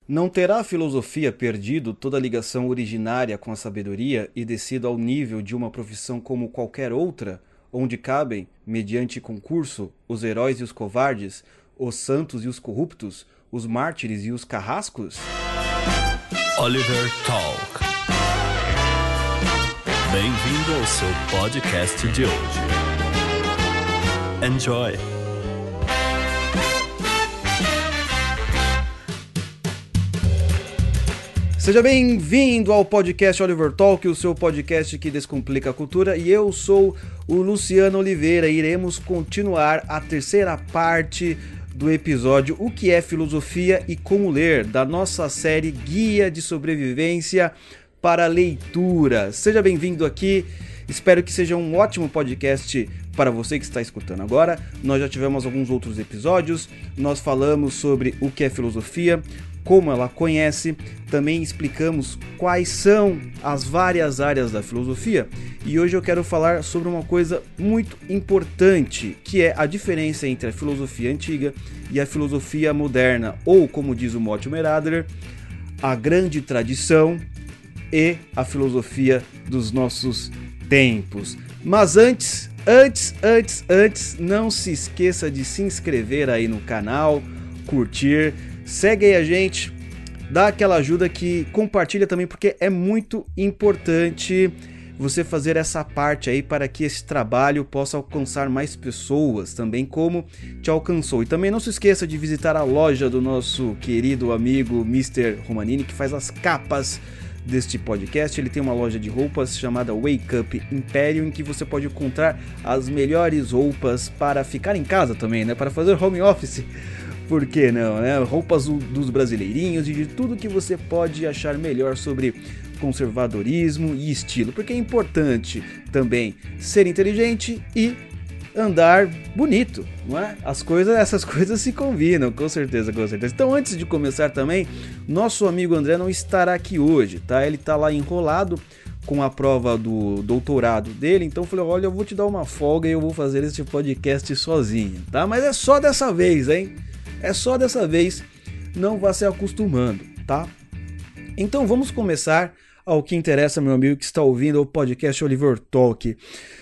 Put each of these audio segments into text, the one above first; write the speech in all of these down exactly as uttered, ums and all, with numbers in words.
Não terá a filosofia perdido toda a ligação originária com a sabedoria e descido ao nível de uma profissão como qualquer outra, onde cabem, mediante concurso, os heróis e os covardes, os santos e os corruptos, os mártires e os carrascos? Oliver Talk. Bem-vindo ao seu podcast de hoje. Enjoy! Seja bem-vindo ao podcast Oliver Talk, o seu podcast que descomplica a cultura, e eu sou o Luciano Oliveira e iremos continuar a terceira parte do episódio O que é Filosofia e Como Ler, da nossa série Guia de Sobrevivência para Leitura. Seja bem-vindo aqui, espero que seja um ótimo podcast para você que está escutando agora. Nós já tivemos alguns outros episódios, nós falamos sobre o que é filosofia, como ela conhece, também explicamos quais são as várias áreas da filosofia, e hoje eu quero falar sobre uma coisa muito importante, que é a diferença entre a filosofia antiga e a filosofia moderna, ou como diz o Mortimer Adler, a grande tradição e a filosofia dos nossos tempos. Mas antes, antes, antes, antes, não se esqueça de se inscrever aí no canal, curtir, segue aí a gente, dá aquela ajuda, que compartilha também, porque é muito importante você fazer essa parte aí para que esse trabalho possa alcançar mais pessoas, também como te alcançou. E também não se esqueça de visitar a loja do nosso querido amigo mister Romanini, que faz as capas deste podcast. Ele tem uma loja de roupas chamada Wake Up Imperium, em que você pode encontrar as melhores roupas para ficar em casa também, né? Para fazer home office. Por que não, né? Roupas dos brasileirinhos e de tudo que você pode achar melhor sobre conservadorismo e estilo. Porque é importante também ser inteligente e andar bonito, não é? As coisas, essas coisas se combinam, com certeza, com certeza. Então, antes de começar também, nosso amigo André não estará aqui hoje, tá? Ele tá lá enrolado com a prova do doutorado dele, então eu falei, olha, eu vou te dar uma folga e eu vou fazer esse podcast sozinho, tá? Mas é só dessa vez, hein? É só dessa vez, não vá se acostumando, tá? Então vamos começar ao que interessa, meu amigo que está ouvindo o podcast Oliver Talk.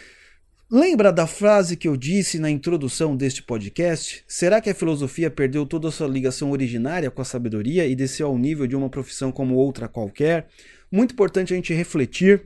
Lembra da frase que eu disse na introdução deste podcast? Será que a filosofia perdeu toda a sua ligação originária com a sabedoria e desceu ao nível de uma profissão como outra qualquer? Muito importante a gente refletir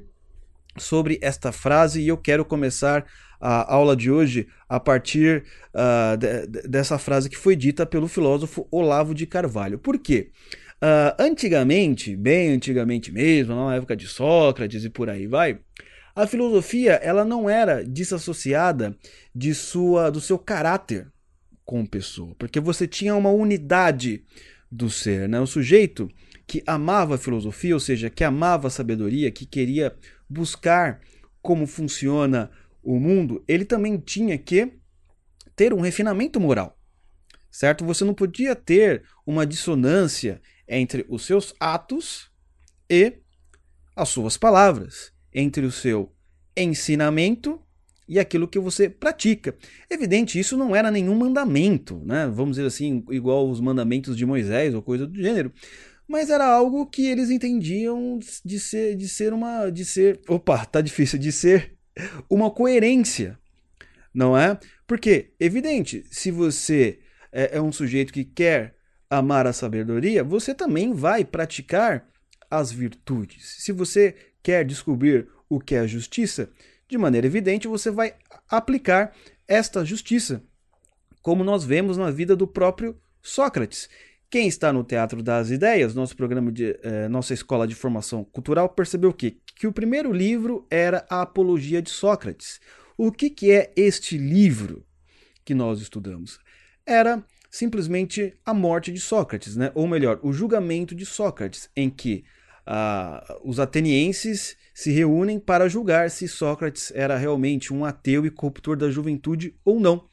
sobre esta frase, e eu quero começar a aula de hoje a partir uh, de, de, dessa frase que foi dita pelo filósofo Olavo de Carvalho. Por quê? Uh, antigamente, bem antigamente mesmo, na época de Sócrates e por aí vai, a filosofia ela não era desassociada de sua, do seu caráter como pessoa, porque você tinha uma unidade do ser, né? O sujeito que amava a filosofia, ou seja, que amava a sabedoria, que queria buscar como funciona o mundo, ele também tinha que ter um refinamento moral, certo? Você não podia ter uma dissonância entre os seus atos e as suas palavras, entre o seu ensinamento e aquilo que você pratica. Evidente, isso não era nenhum mandamento, né? Vamos dizer assim, igual os mandamentos de Moisés ou coisa do gênero, mas era algo que eles entendiam de ser, de ser uma, de ser, opa, tá difícil, de ser uma coerência, não é? Porque, evidente, se você é, é um sujeito que quer amar a sabedoria, você também vai praticar as virtudes. Se você quer descobrir o que é a justiça, de maneira evidente você vai aplicar esta justiça, como nós vemos na vida do próprio Sócrates. Quem está no Teatro das Ideias, nosso programa de eh, nossa escola de formação cultural, percebeu o quê? Que o primeiro livro era a Apologia de Sócrates. O que, que é este livro que nós estudamos? Era simplesmente a morte de Sócrates, né? Ou melhor, o julgamento de Sócrates, em que ah, os atenienses se reúnem para julgar se Sócrates era realmente um ateu e corruptor da juventude ou não.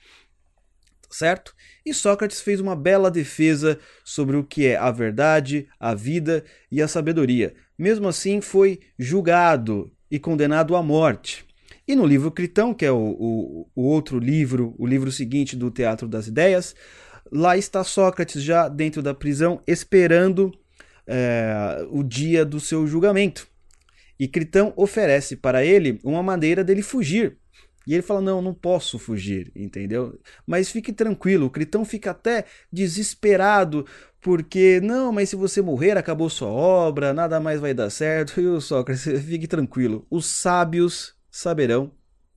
Certo? E Sócrates fez uma bela defesa sobre o que é a verdade, a vida e a sabedoria. Mesmo assim, foi julgado e condenado à morte. E no livro Critão, que é o, o, o outro livro, o livro seguinte do Teatro das Ideias, lá está Sócrates já dentro da prisão, esperando é, o dia do seu julgamento. E Critão oferece para ele uma maneira dele fugir. E ele fala, não, não posso fugir, entendeu? Mas fique tranquilo, o Critão fica até desesperado, porque, não, mas se você morrer, acabou sua obra, nada mais vai dar certo. E o Sócrates, fique tranquilo, os sábios saberão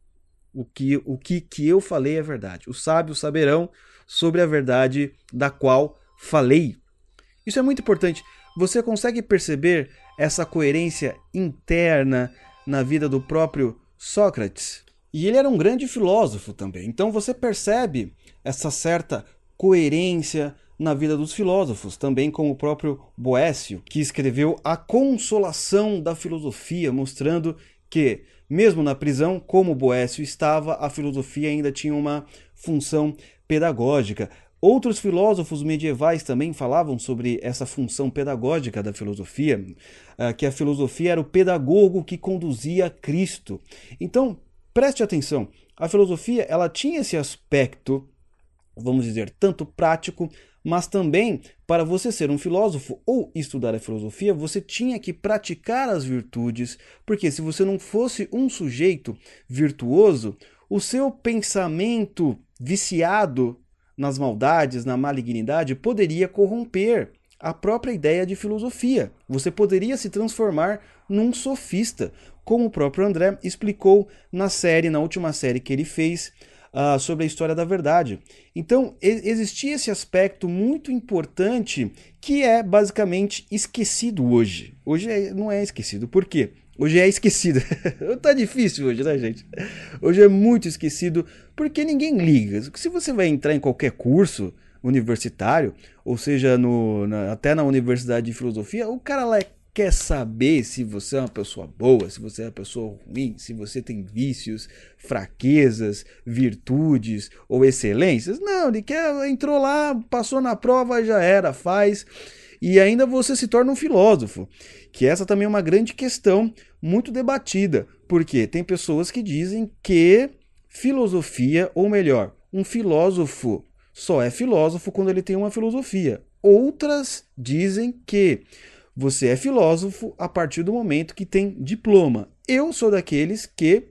o que, o que, que eu falei é verdade. Os sábios saberão sobre a verdade da qual falei. Isso é muito importante. Você consegue perceber essa coerência interna na vida do próprio Sócrates? E ele era um grande filósofo também. Então você percebe essa certa coerência na vida dos filósofos, também como o próprio Boécio, que escreveu A Consolação da Filosofia, mostrando que, mesmo na prisão, como Boécio estava, a filosofia ainda tinha uma função pedagógica. Outros filósofos medievais também falavam sobre essa função pedagógica da filosofia, que a filosofia era o pedagogo que conduzia a Cristo. Então, preste atenção, a filosofia ela tinha esse aspecto, vamos dizer, tanto prático, mas também, para você ser um filósofo ou estudar a filosofia, você tinha que praticar as virtudes, porque se você não fosse um sujeito virtuoso, o seu pensamento viciado nas maldades, na malignidade, poderia corromper a própria ideia de filosofia. Você poderia se transformar num sofista, como o próprio André explicou na série, na última série que ele fez, uh, sobre a história da verdade. Então, existia esse aspecto muito importante que é basicamente esquecido hoje. Hoje é, não é esquecido. Por quê? Hoje é esquecido. Tá difícil hoje, né, gente? Hoje é muito esquecido porque ninguém liga. Se você vai entrar em qualquer curso universitário, ou seja, no, na, até na universidade de filosofia, o cara lá quer saber se você é uma pessoa boa, se você é uma pessoa ruim, se você tem vícios, fraquezas, virtudes ou excelências. Não, ele quer, entrou lá, passou na prova, já era, faz. E ainda você se torna um filósofo, que essa também é uma grande questão muito debatida, porque tem pessoas que dizem que filosofia, ou melhor, um filósofo só é filósofo quando ele tem uma filosofia. Outras dizem que você é filósofo a partir do momento que tem diploma. Eu sou daqueles que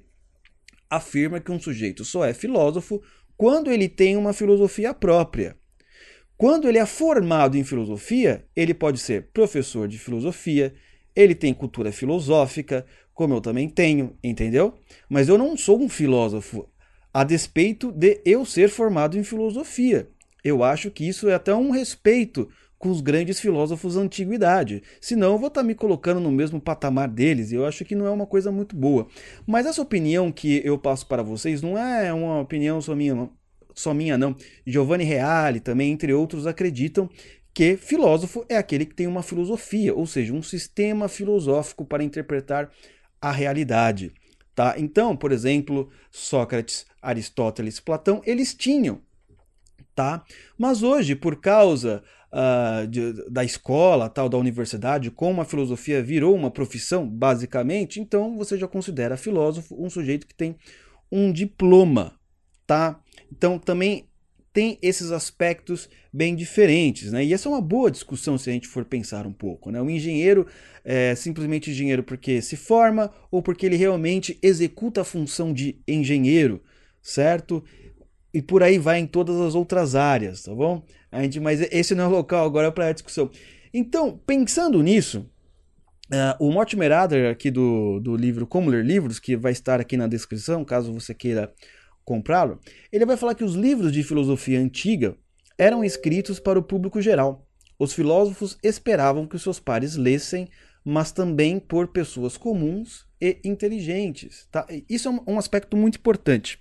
afirma que um sujeito só é filósofo quando ele tem uma filosofia própria. Quando ele é formado em filosofia, ele pode ser professor de filosofia, ele tem cultura filosófica, como eu também tenho, entendeu? Mas eu não sou um filósofo, a despeito de eu ser formado em filosofia. Eu acho que isso é até um respeito com os grandes filósofos da antiguidade. Senão eu vou estar me colocando no mesmo patamar deles, e eu acho que não é uma coisa muito boa. Mas essa opinião que eu passo para vocês não é uma opinião só minha, não. Só minha não, Giovanni Reale também, entre outros, acreditam que filósofo é aquele que tem uma filosofia, ou seja, um sistema filosófico para interpretar a realidade. Tá? Então, por exemplo, Sócrates, Aristóteles, Platão, eles tinham. Tá? Mas hoje, por causa uh, de, da escola, tal, da universidade, como a filosofia virou uma profissão, basicamente, então você já considera filósofo um sujeito que tem um diploma. Tá? Então também tem esses aspectos bem diferentes, né? E essa é uma boa discussão se a gente for pensar um pouco, né? O engenheiro é simplesmente engenheiro porque se forma ou porque ele realmente executa a função de engenheiro, certo? E por aí vai em todas as outras áreas, tá bom? A gente, mas esse não é o local agora para a discussão. Então, pensando nisso, uh, o Mortimer Adler aqui do, do livro Como Ler Livros, que vai estar aqui na descrição, caso você queira comprá-lo, ele vai falar que os livros de filosofia antiga eram escritos para o público geral. Os filósofos esperavam que os seus pares lessem, mas também por pessoas comuns e inteligentes. Tá? Isso é um aspecto muito importante.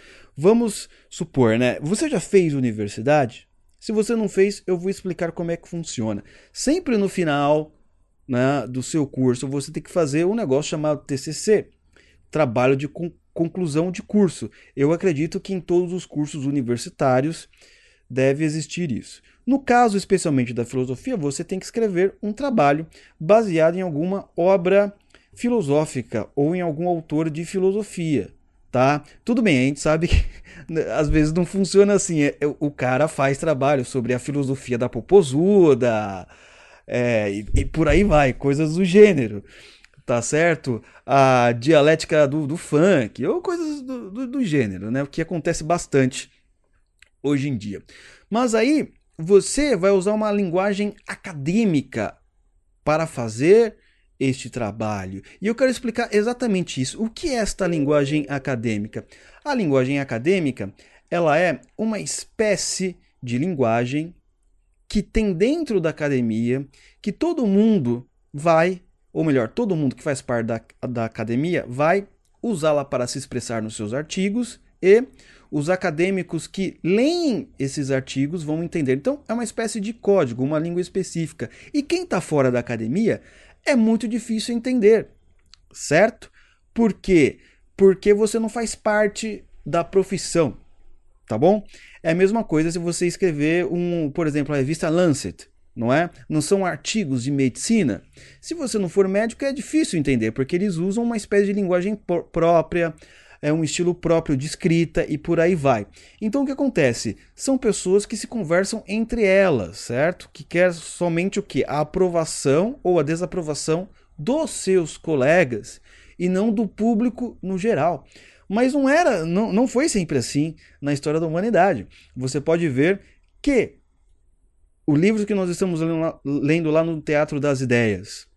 Vamos supor, né? Você já fez universidade? Se você não fez, eu vou explicar como é que funciona. Sempre no final, né, do seu curso, você tem que fazer um negócio chamado T C C, trabalho de conclusão. Conclusão de curso. Eu acredito que em todos os cursos universitários deve existir isso. No caso especialmente da filosofia, você tem que escrever um trabalho baseado em alguma obra filosófica ou em algum autor de filosofia, tá? Tudo bem, a gente sabe que às vezes não funciona assim. O cara faz trabalho sobre a filosofia da Popozuda, é, e, e por aí vai, coisas do gênero, tá certo? A dialética do, do funk, ou coisas do, do, do gênero, né? O que acontece bastante hoje em dia. Mas aí você vai usar uma linguagem acadêmica para fazer este trabalho. E eu quero explicar exatamente isso. O que é esta linguagem acadêmica? A linguagem acadêmica, ela é uma espécie de linguagem que tem dentro da academia, que todo mundo vai, ou melhor, todo mundo que faz parte da, da academia vai usá-la para se expressar nos seus artigos, e os acadêmicos que leem esses artigos vão entender. Então, é uma espécie de código, uma língua específica. E quem está fora da academia é muito difícil entender, certo? Por quê? Porque você não faz parte da profissão, tá bom? É a mesma coisa se você escrever, um, por exemplo, a revista Lancet, não é? Não são artigos de medicina. Se você não for médico, é difícil entender, porque eles usam uma espécie de linguagem própria, é um estilo próprio de escrita e por aí vai. Então o que acontece? São pessoas que se conversam entre elas, certo? Que quer somente o quê? A aprovação ou a desaprovação dos seus colegas e não do público no geral. Mas não era, não, não foi sempre assim na história da humanidade. Você pode ver que o livro que nós estamos lendo lá, lendo lá no Teatro das Ideias,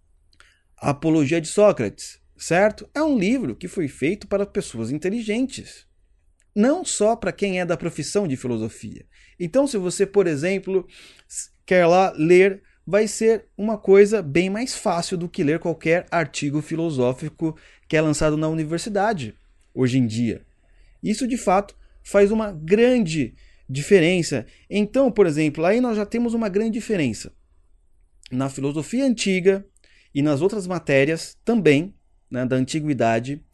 a Apologia de Sócrates, certo? É um livro que foi feito para pessoas inteligentes, não só para quem é da profissão de filosofia. Então, se você, por exemplo, quer lá ler, vai ser uma coisa bem mais fácil do que ler qualquer artigo filosófico que é lançado na universidade hoje em dia. Isso, de fato, faz uma grande diferença. Então, por exemplo, aí nós já temos uma grande diferença. Na filosofia antiga e nas outras matérias também, né, da antiguidade,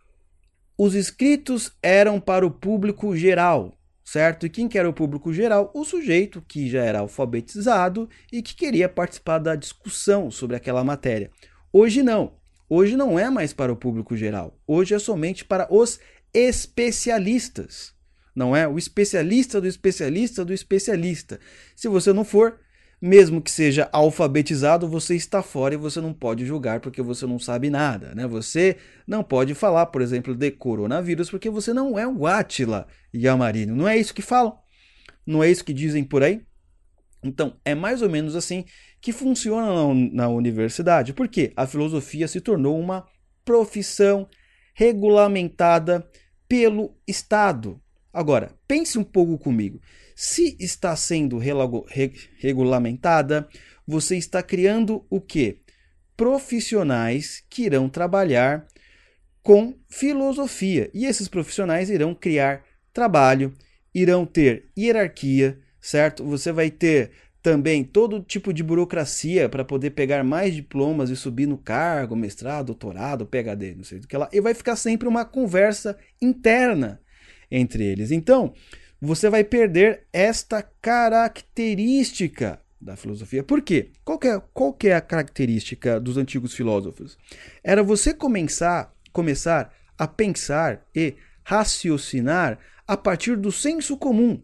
os escritos eram para o público geral, certo? E quem que era o público geral? O sujeito que já era alfabetizado e que queria participar da discussão sobre aquela matéria. Hoje não. Hoje não é mais para o público geral. Hoje é somente para os especialistas. Não é? O especialista do especialista do especialista. Se você não for, mesmo que seja alfabetizado, você está fora e você não pode julgar porque você não sabe nada, né? Você não pode falar, por exemplo, de coronavírus porque você não é o Átila Yamarino. Não é isso que falam? Não é isso que dizem por aí? Então, é mais ou menos assim que funciona na universidade. Porque a filosofia se tornou uma profissão regulamentada pelo Estado. Agora, pense um pouco comigo. Se está sendo regulamentada, você está criando o quê? Profissionais que irão trabalhar com filosofia. E esses profissionais irão criar trabalho, irão ter hierarquia, certo? Você vai ter também todo tipo de burocracia para poder pegar mais diplomas e subir no cargo, mestrado, doutorado, P H D, não sei do que lá. E vai ficar sempre uma conversa interna entre eles. Então, você vai perder esta característica da filosofia. Por quê? Qual que é, qual que é a característica dos antigos filósofos? Era você começar, começar a pensar e raciocinar a partir do senso comum.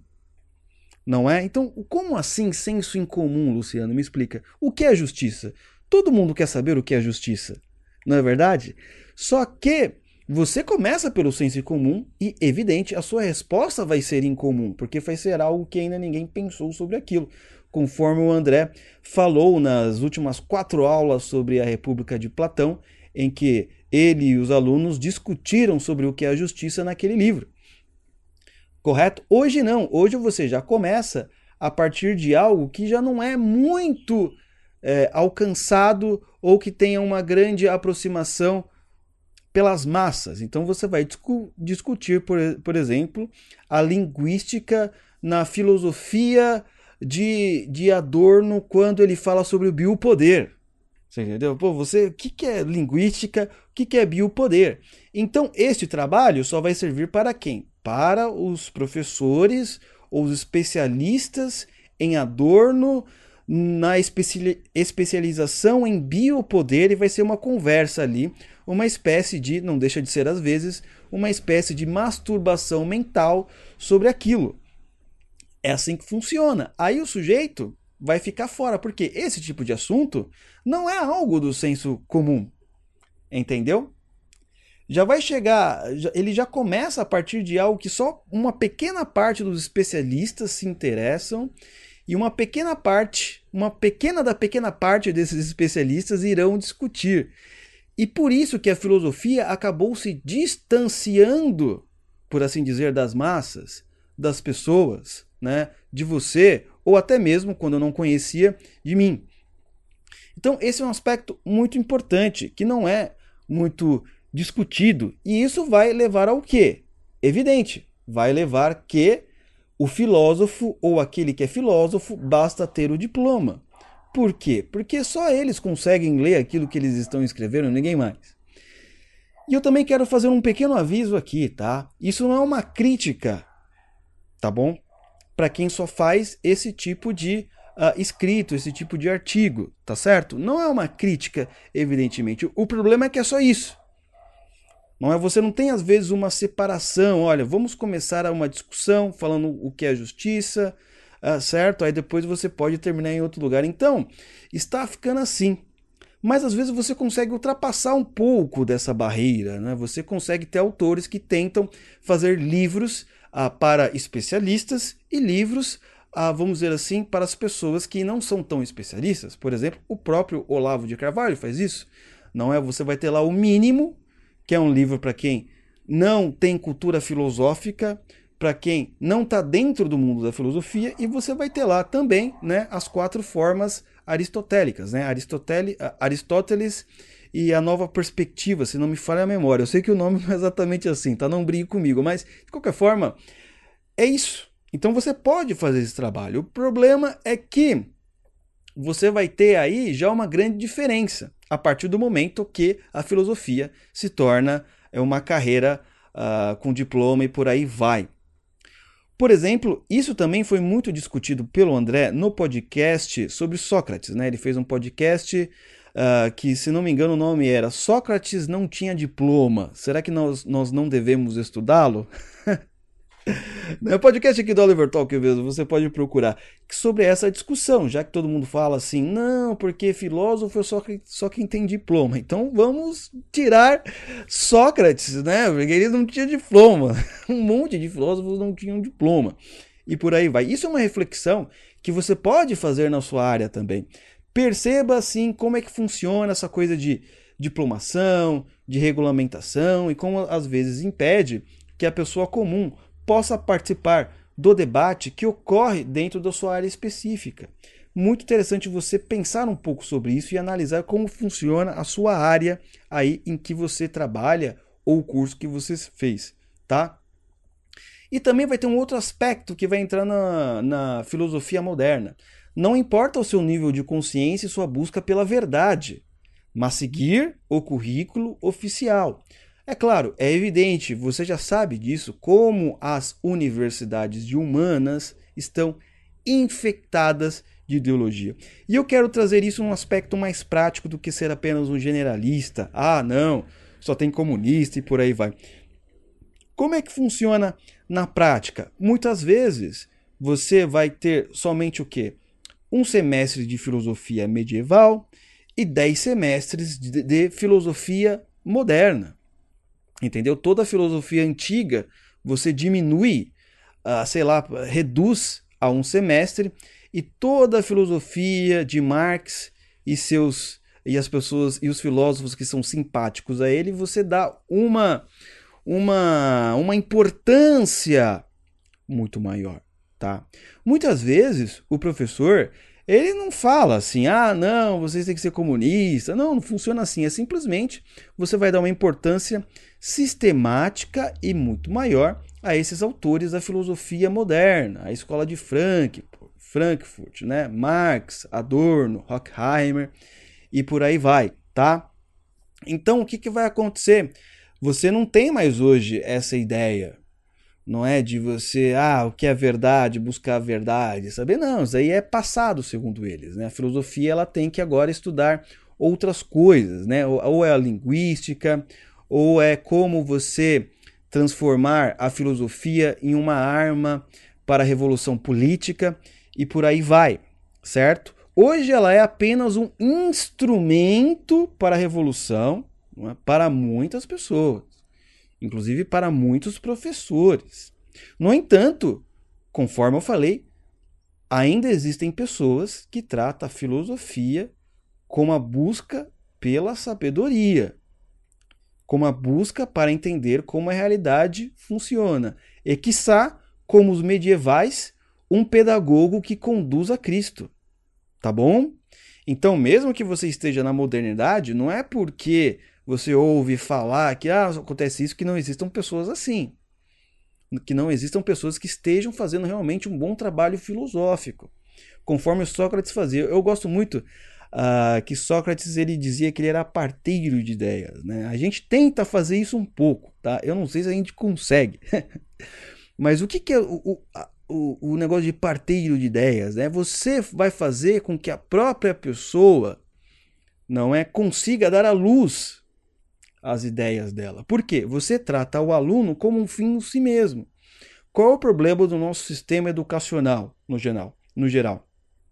Não é? Então, como assim senso em comum, Luciano? Me explica. O que é justiça? Todo mundo quer saber o que é justiça. Não é verdade? Só que você começa pelo senso comum e, evidente, a sua resposta vai ser incomum, porque vai ser algo que ainda ninguém pensou sobre aquilo. Conforme o André falou nas últimas quatro aulas sobre a República de Platão, em que ele e os alunos discutiram sobre o que é a justiça naquele livro. Correto? Hoje não. Hoje você já começa a partir de algo que já não é muito é, alcançado ou que tenha uma grande aproximação pelas massas. Então você vai discu- discutir, por, por exemplo, a linguística na filosofia de, de Adorno quando ele fala sobre o biopoder. Você entendeu? Pô, você, o que, que é linguística? O que, que é biopoder? Então, este trabalho só vai servir para quem? Para os professores ou os especialistas em Adorno, na especi- especialização em biopoder, e vai ser uma conversa ali, uma espécie de, não deixa de ser às vezes, uma espécie de masturbação mental sobre aquilo. É assim que funciona. Aí o sujeito vai ficar fora, porque esse tipo de assunto não é algo do senso comum, entendeu? Já vai chegar, ele já começa a partir de algo que só uma pequena parte dos especialistas se interessam e uma pequena parte, uma pequena da pequena parte desses especialistas irão discutir. E por isso que a filosofia acabou se distanciando, por assim dizer, das massas, das pessoas, né, de você, ou até mesmo, quando eu não conhecia, de mim. Então esse é um aspecto muito importante, que não é muito discutido. E isso vai levar ao quê? Evidente, vai levar que o filósofo ou aquele que é filósofo basta ter o diploma. Por quê? Porque só eles conseguem ler aquilo que eles estão escrevendo, ninguém mais. E eu também quero fazer um pequeno aviso aqui, tá? Isso não é uma crítica, tá bom? Para quem só faz esse tipo de uh, escrito, esse tipo de artigo, tá certo? Não é uma crítica, evidentemente. O problema é que é só isso. Não é? Você não tem, às vezes, uma separação. Olha, vamos começar uma discussão falando o que é justiça, uh, certo? Aí depois você pode terminar em outro lugar. Então, está ficando assim. Mas, às vezes, você consegue ultrapassar um pouco dessa barreira, né? Você consegue ter autores que tentam fazer livros uh, para especialistas e livros, uh, vamos dizer assim, para as pessoas que não são tão especialistas. Por exemplo, o próprio Olavo de Carvalho faz isso. Não é? Você vai ter lá o Mínimo, que é um livro para quem não tem cultura filosófica, para quem não está dentro do mundo da filosofia, e você vai ter lá também, né, as quatro formas aristotélicas, né, Aristoteles, Aristóteles e a nova perspectiva, se não me falha a memória. Eu sei que o nome não é exatamente assim, tá? Não brigue comigo, mas de qualquer forma, é isso. Então você pode fazer esse trabalho. O problema é que você vai ter aí já uma grande diferença a partir do momento que a filosofia se torna uma carreira uh, com diploma e por aí vai. Por exemplo, isso também foi muito discutido pelo André no podcast sobre Sócrates, né? Ele fez um podcast uh, que, se não me engano, o nome era Sócrates não tinha diploma. Será que nós, nós não devemos estudá-lo? No podcast aqui do Oliver Talk mesmo, você pode procurar sobre essa discussão, já que todo mundo fala assim, não, porque filósofo é só, que, só quem tem diploma. Então vamos tirar Sócrates, né? Porque ele não tinha diploma. Um monte de filósofos não tinham diploma. E por aí vai. Isso é uma reflexão que você pode fazer na sua área também. Perceba, assim, como é que funciona essa coisa de diplomação, de regulamentação e como às vezes impede que a pessoa comum possa participar do debate que ocorre dentro da sua área específica. Muito interessante você pensar um pouco sobre isso e analisar como funciona a sua área aí em que você trabalha ou o curso que você fez, tá? E também vai ter um outro aspecto que vai entrar na, na filosofia moderna. Não importa o seu nível de consciência e sua busca pela verdade, mas seguir o currículo oficial. É claro, é evidente, você já sabe disso, como as universidades de humanas estão infectadas de ideologia. E eu quero trazer isso num aspecto mais prático do que ser apenas um generalista. Ah, não, só tem comunista e por aí vai. Como é que funciona na prática? Muitas vezes você vai ter somente o quê? Um semestre de filosofia medieval e dez semestres de, de filosofia moderna. Entendeu? Toda a filosofia antiga você diminui, uh, sei lá, reduz a um semestre, e toda a filosofia de Marx e seus e as pessoas e os filósofos que são simpáticos a ele, você dá uma uma uma importância muito maior, tá? Muitas vezes o professor ele não fala assim, ah, não, vocês têm que ser comunistas. Não, não funciona assim. É simplesmente você vai dar uma importância sistemática e muito maior a esses autores da filosofia moderna, a escola de Frank, Frankfurt, né? Marx, Adorno, Horkheimer e por aí vai, tá? Então, o que, que vai acontecer? Você não tem mais hoje essa ideia. Não é de você, ah, o que é verdade, buscar a verdade, saber? Não, isso aí é passado, segundo eles, né? A filosofia ela tem que agora estudar outras coisas, né? Ou é a linguística, ou é como você transformar a filosofia em uma arma para a revolução política e por aí vai, certo? Hoje ela é apenas um instrumento para a revolução, não é? Para muitas pessoas, inclusive para muitos professores. No entanto, conforme eu falei, ainda existem pessoas que tratam a filosofia como a busca pela sabedoria, como a busca para entender como a realidade funciona, e quiçá, como os medievais, um pedagogo que conduz a Cristo. Tá bom? Então, mesmo que você esteja na modernidade, não é porque você ouve falar que ah, acontece isso que não existam pessoas assim. Que não existam pessoas que estejam fazendo realmente um bom trabalho filosófico, conforme Sócrates fazia. Eu gosto muito uh, que Sócrates ele dizia que ele era parteiro de ideias, né? A gente tenta fazer isso um pouco, tá? Eu não sei se a gente consegue. Mas o que, que é o, o, o, o negócio de parteiro de ideias? Né? Você vai fazer com que a própria pessoa não é consiga dar à luz as ideias dela. Por quê? Você trata o aluno como um fim em si mesmo. Qual é o problema do nosso sistema educacional no geral? No geral?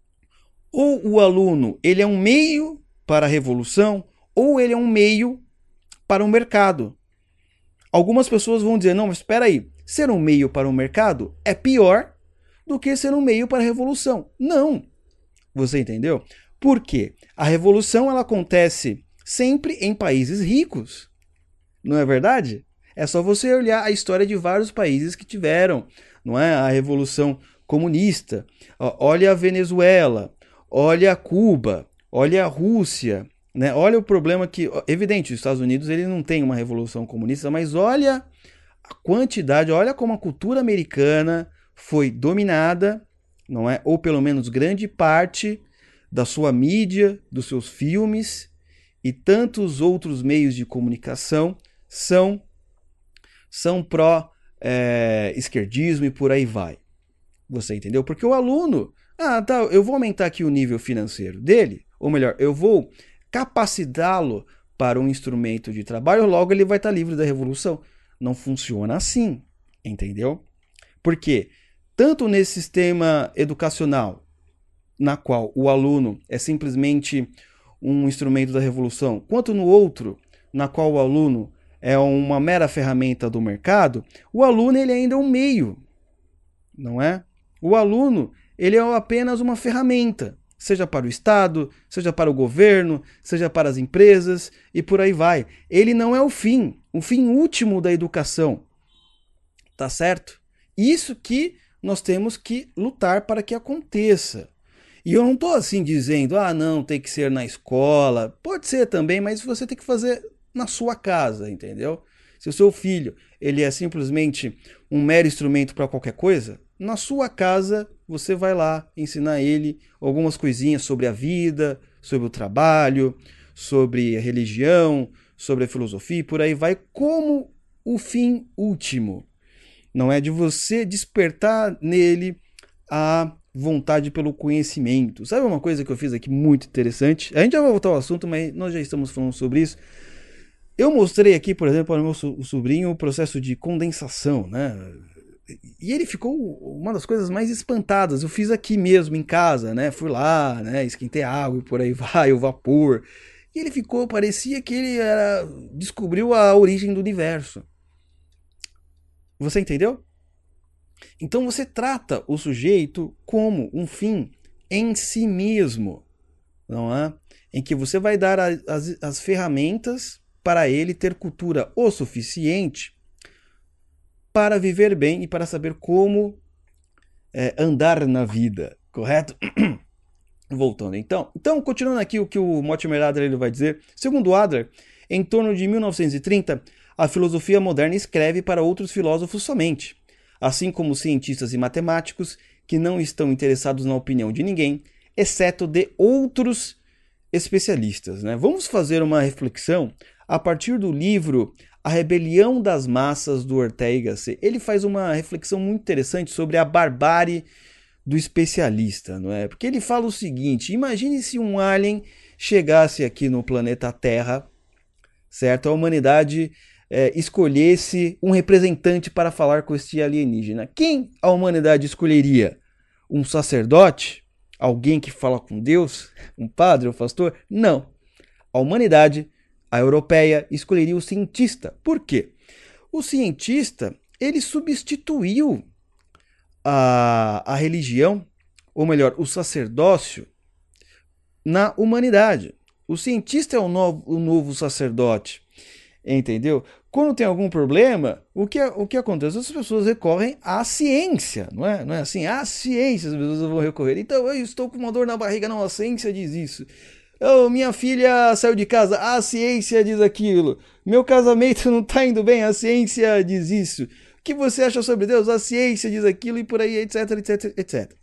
Ou o aluno ele é um meio para a revolução, ou ele é um meio para o mercado. Algumas pessoas vão dizer, não, mas espera aí, ser um meio para o mercado é pior do que ser um meio para a revolução. Não. Você entendeu? Por quê? A revolução ela acontece sempre em países ricos. Não é verdade? É só você olhar a história de vários países que tiveram, não é, a revolução comunista. Olha a Venezuela, olha a Cuba, olha a Rússia, né? Olha o problema que, evidente, os Estados Unidos ele não tem uma revolução comunista, mas olha a quantidade, olha como a cultura americana foi dominada, não é? Ou pelo menos grande parte da sua mídia, dos seus filmes e tantos outros meios de comunicação são, são pró-esquerdismo é, e por aí vai. Você entendeu? Porque o aluno, ah, tá, eu vou aumentar aqui o nível financeiro dele, ou melhor, eu vou capacitá-lo para um instrumento de trabalho, logo ele vai estar livre da revolução. Não funciona assim, entendeu? Porque tanto nesse sistema educacional, na qual o aluno é simplesmente um instrumento da revolução, quanto no outro, na qual o aluno é uma mera ferramenta do mercado, o aluno ele ainda é um meio, não é? O aluno ele é apenas uma ferramenta, seja para o Estado, seja para o governo, seja para as empresas e por aí vai. Ele não é o fim, o fim último da educação, tá certo? Isso que nós temos que lutar para que aconteça. E eu não estou assim dizendo, ah não, tem que ser na escola, pode ser também, mas você tem que fazer na sua casa, entendeu? Se o seu filho ele é simplesmente um mero instrumento para qualquer coisa, na sua casa você vai lá ensinar ele algumas coisinhas sobre a vida, sobre o trabalho, sobre a religião, sobre a filosofia e por aí vai, como o fim último. Não é de você despertar nele a vontade pelo conhecimento. Sabe uma coisa que eu fiz aqui muito interessante? A gente já vai voltar ao assunto, mas nós já estamos falando sobre isso. Eu mostrei aqui, por exemplo, para o meu sobrinho o processo de condensação, né? E ele ficou uma das coisas mais espantadas. Eu fiz aqui mesmo, em casa, né? Fui lá, né? Esquentei água e por aí vai, o vapor. E ele ficou, parecia que ele era, descobriu a origem do universo. Você entendeu? Então você trata o sujeito como um fim em si mesmo, não é? Em que você vai dar as, as ferramentas para ele ter cultura o suficiente para viver bem e para saber como é, andar na vida, correto? Voltando então. Então, continuando aqui o que o Mortimer Adler ele vai dizer. Segundo Adler, em torno de mil novecentos e trinta, a filosofia moderna escreve para outros filósofos somente, assim como cientistas e matemáticos que não estão interessados na opinião de ninguém, exceto de outros especialistas, né? Vamos fazer uma reflexão a partir do livro A Rebelião das Massas, do Ortega y Gasset. Ele faz uma reflexão muito interessante sobre a barbárie do especialista, não é? Porque ele fala o seguinte, imagine se um alien chegasse aqui no planeta Terra, certo? A humanidade é, escolhesse um representante para falar com este alienígena. Quem a humanidade escolheria? Um sacerdote? alguém que fala com Deus, um padre ou pastor? Não. A humanidade, a europeia, escolheria o cientista. Por quê? O cientista, ele substituiu a, a religião, ou melhor, o sacerdócio, na humanidade. O cientista é o novo, o novo sacerdote, entendeu? Quando tem algum problema, o que, o que acontece? As pessoas recorrem à ciência, não é? Não é assim? À ciência as pessoas vão recorrer. Então, eu estou com uma dor na barriga, não, a ciência diz isso. Oh, minha filha saiu de casa, a ciência diz aquilo. Meu casamento não está indo bem, a ciência diz isso. O que você acha sobre Deus? A ciência diz aquilo e por aí, etc, etc, etcétera.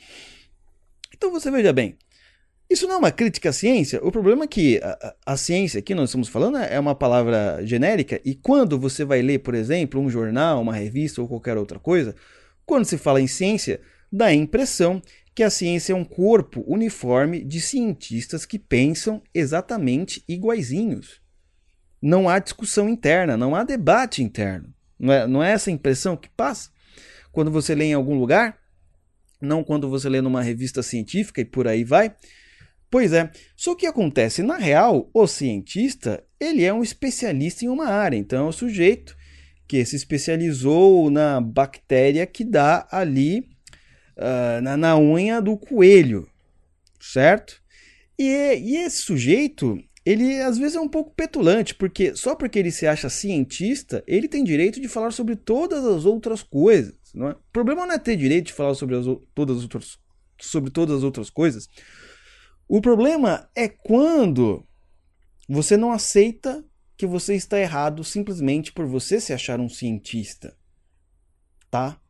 Então você veja bem, isso não é uma crítica à ciência. O problema é que a, a, a ciência, aqui nós estamos falando, é uma palavra genérica, e quando você vai ler, por exemplo, um jornal, uma revista ou qualquer outra coisa, quando se fala em ciência, dá a impressão que a ciência é um corpo uniforme de cientistas que pensam exatamente iguaizinhos. Não há discussão interna, não há debate interno. Não é, não é essa a impressão que passa quando você lê em algum lugar? Não quando você lê numa revista científica e por aí vai? Pois é, só que acontece, na real, o cientista, ele é um especialista em uma área, então é o sujeito que se especializou na bactéria que dá ali uh, na, na unha do coelho, certo? E, e esse sujeito, ele às vezes é um pouco petulante, porque só porque ele se acha cientista, ele tem direito de falar sobre todas as outras coisas. Não é? O problema não é ter direito de falar sobre, as, todas, as outras, sobre todas as outras coisas. O problema é quando você não aceita que você está errado simplesmente por você se achar um cientista, tá?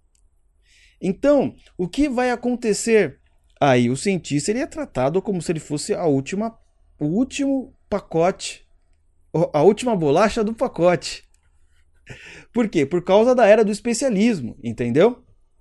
Então, o que vai acontecer? Aí o cientista ele é tratado como se ele fosse a última, o último pacote, a última bolacha do pacote. Por quê? Por causa da era do especialismo, entendeu?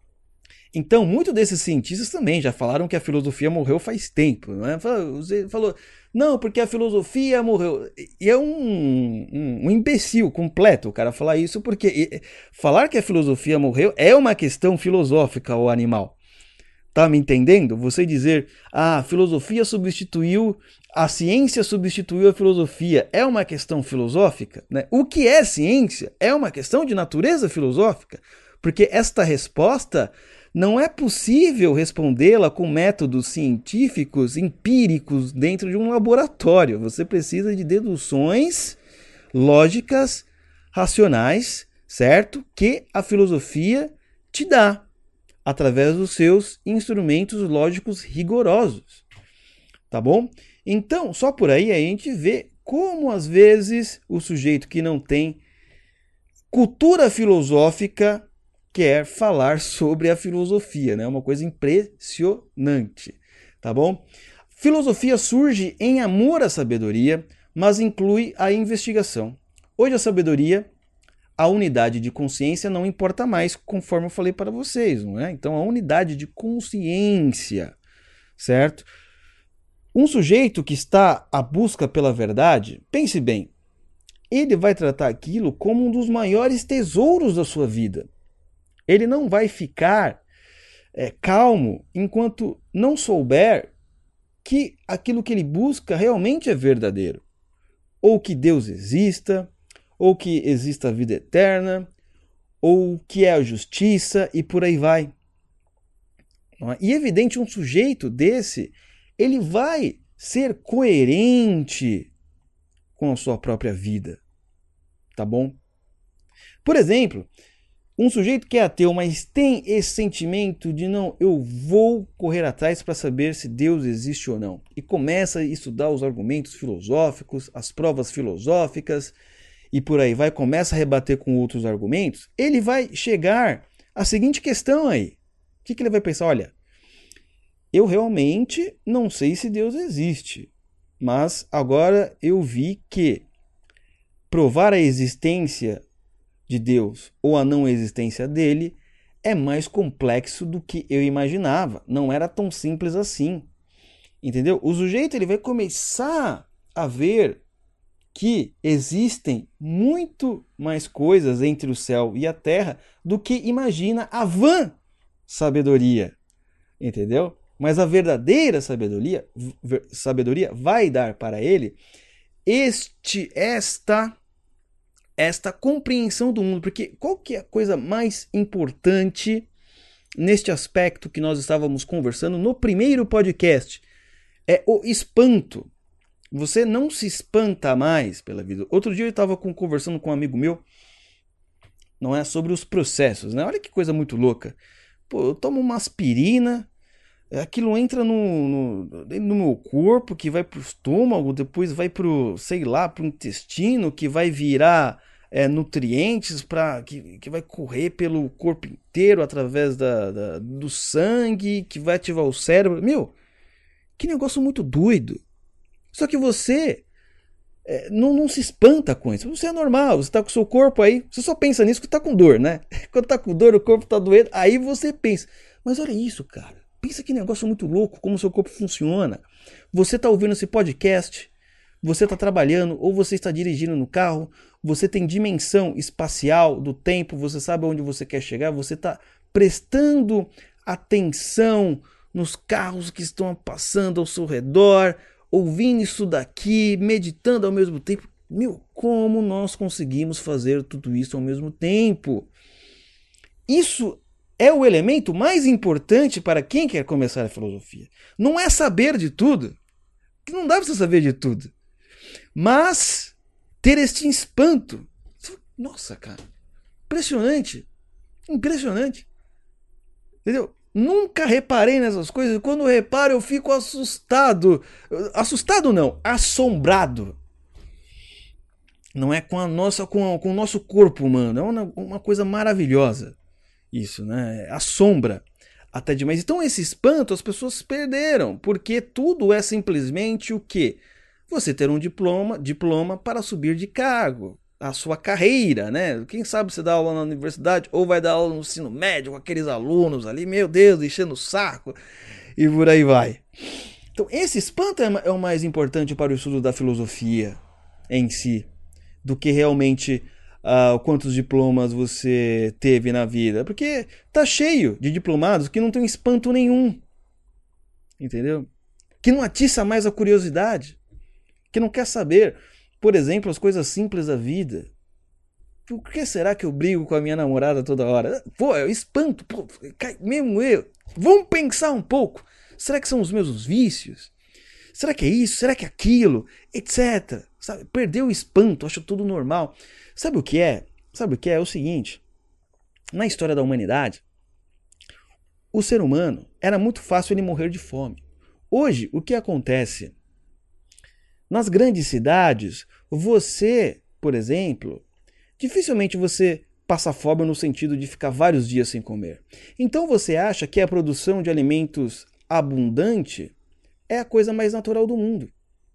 Então, muitos desses cientistas também já falaram que a filosofia morreu faz tempo. Não é? Você falou, não, porque a filosofia morreu. E é um, um, um imbecil completo o cara falar isso, porque falar que a filosofia morreu é uma questão filosófica, o animal. Tá me entendendo? Você dizer, ah, a filosofia substituiu, a ciência substituiu a filosofia, é uma questão filosófica? Né? O que é ciência? É uma questão de natureza filosófica? Porque esta resposta não é possível respondê-la com métodos científicos, empíricos, dentro de um laboratório. Você precisa de deduções lógicas, racionais, certo? Que a filosofia te dá, através dos seus instrumentos lógicos rigorosos. Tá bom? Então, só por aí a gente vê como, às vezes, o sujeito que não tem cultura filosófica quer falar sobre a filosofia, né? Uma coisa impressionante, tá bom? Filosofia surge em amor à sabedoria, mas inclui a investigação. Hoje a sabedoria, a unidade de consciência não importa mais, conforme eu falei para vocês, não é? Então a unidade de consciência, certo? Um sujeito que está à busca pela verdade, pense bem, ele vai tratar aquilo como um dos maiores tesouros da sua vida. Ele não vai ficar é, calmo enquanto não souber que aquilo que ele busca realmente é verdadeiro. Ou que Deus exista, ou que exista a vida eterna, ou que é a justiça e por aí vai. E é evidente, um sujeito desse, ele vai ser coerente com a sua própria vida. Tá bom? Por exemplo, um sujeito que é ateu, mas tem esse sentimento de não, eu vou correr atrás para saber se Deus existe ou não. E começa a estudar os argumentos filosóficos, as provas filosóficas, e por aí vai, começa a rebater com outros argumentos, ele vai chegar à seguinte questão aí. O que, que ele vai pensar? Olha, eu realmente não sei se Deus existe, mas agora eu vi que provar a existência de Deus ou a não existência dele é mais complexo do que eu imaginava. Não era tão simples assim. Entendeu? O sujeito ele vai começar a ver que existem muito mais coisas entre o céu e a terra do que imagina a vã sabedoria. Entendeu? Mas a verdadeira sabedoria, sabedoria vai dar para ele este, esta, esta compreensão do mundo. Porque qual que é a coisa mais importante neste aspecto que nós estávamos conversando no primeiro podcast? É o espanto. Você não se espanta mais pela vida. Outro dia eu estava conversando com um amigo meu, não é, sobre os processos, né? Olha que coisa muito louca. Pô, eu tomo uma aspirina, aquilo entra no, no, no meu corpo, que vai pro estômago, depois vai pro, sei lá, pro intestino, que vai virar é, nutrientes, pra, que, que vai correr pelo corpo inteiro através da, da, do sangue, que vai ativar o cérebro. Meu, que negócio muito doido. Só que você é, não, não se espanta com isso. Você é normal, você está com o seu corpo aí, você só pensa nisso que está com dor, né? Quando está com dor, o corpo está doendo, aí você pensa. Mas olha isso, cara. Pensa que negócio muito louco, como o seu corpo funciona. Você está ouvindo esse podcast, você está trabalhando, ou você está dirigindo no carro, você tem dimensão espacial do tempo, você sabe onde você quer chegar, você está prestando atenção nos carros que estão passando ao seu redor, ouvindo isso daqui, meditando ao mesmo tempo. Meu, como nós conseguimos fazer tudo isso ao mesmo tempo? Isso é o elemento mais importante para quem quer começar a filosofia. Não é saber de tudo, que não dá para você saber de tudo, mas ter este espanto. Nossa, cara, impressionante, impressionante, entendeu? Nunca reparei nessas coisas. Quando eu reparo, eu fico assustado. Assustado não, assombrado. Não é com a nossa, com, a, com o nosso corpo humano. É uma, uma coisa maravilhosa. Isso, né? Assombra até demais. Então esse espanto as pessoas perderam, porque tudo é simplesmente o quê? Você ter um diploma, diploma para subir de cargo. A sua carreira, né? Quem sabe você dá aula na universidade ou vai dar aula no ensino médio com aqueles alunos ali, meu Deus, enchendo o saco e por aí vai. Então esse espanto é o mais importante para o estudo da filosofia em si, do que realmente uh, quantos diplomas você teve na vida, porque tá cheio de diplomados que não tem espanto nenhum, entendeu? Que não atiça mais a curiosidade, que não quer saber, por exemplo, as coisas simples da vida. Por que será que eu brigo com a minha namorada toda hora? Pô, eu espanto, pô, mesmo eu. Vamos pensar um pouco. Será que são os meus vícios? Será que é isso? Será que é aquilo? Etc. Sabe? Perdeu o espanto, acho tudo normal. Sabe o que é? Sabe o que é? É o seguinte. Na história da humanidade, o ser humano era muito fácil ele morrer de fome. Hoje, o que acontece? Nas grandes cidades, você, por exemplo, dificilmente você passa fome no sentido de ficar vários dias sem comer. Então você acha que a produção de alimentos abundante é a coisa mais natural do mundo.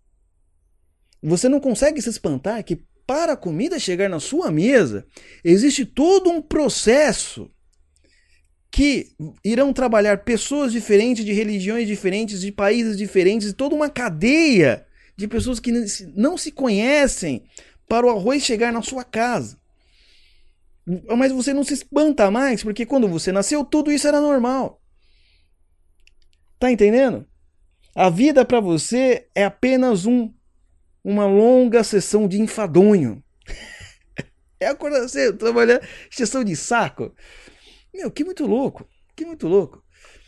Você não consegue se espantar que para a comida chegar na sua mesa, existe todo um processo que irão trabalhar pessoas diferentes, de religiões diferentes, de países diferentes, toda uma cadeia de pessoas que não se conhecem para o arroz chegar na sua casa. Mas você não se espanta mais, porque quando você nasceu, tudo isso era normal. Tá entendendo? A vida para você é apenas um, uma longa sessão de enfadonho. É acordar cedo, trabalhar, sessão de saco. Meu, que muito louco, que muito louco.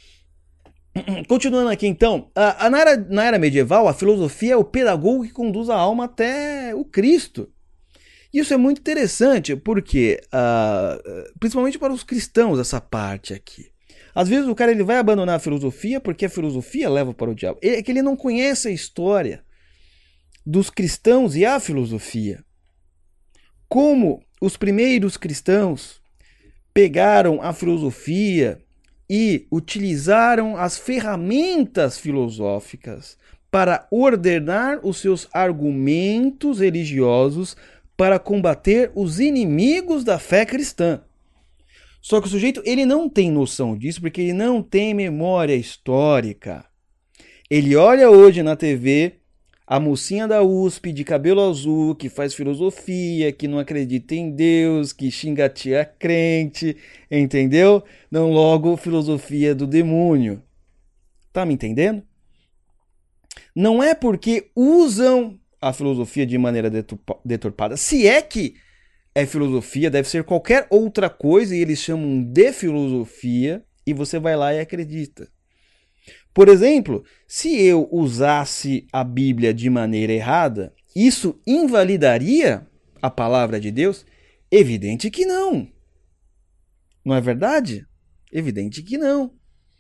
Continuando aqui então, a, a, na, era, na era medieval, a filosofia é o pedagogo que conduz a alma até o Cristo. Isso é muito interessante, porque, uh, principalmente para os cristãos, essa parte aqui. Às vezes o cara ele vai abandonar a filosofia porque a filosofia leva para o diabo. É que ele não conhece a história dos cristãos e a filosofia. Como os primeiros cristãos pegaram a filosofia e utilizaram as ferramentas filosóficas para ordenar os seus argumentos religiosos para combater os inimigos da fé cristã. Só que o sujeito ele não tem noção disso porque ele não tem memória histórica. Ele olha hoje na T V a mocinha da U S P de cabelo azul que faz filosofia, que não acredita em Deus, que xinga a tia crente, entendeu? Não, logo filosofia do demônio. Tá me entendendo? Não é porque usam a filosofia de maneira deturpada. Se é que é filosofia, deve ser qualquer outra coisa e eles chamam de filosofia e você vai lá e acredita. Por exemplo, se eu usasse a Bíblia de maneira errada, isso invalidaria a palavra de Deus? Evidente que não. Não é verdade? Evidente que não.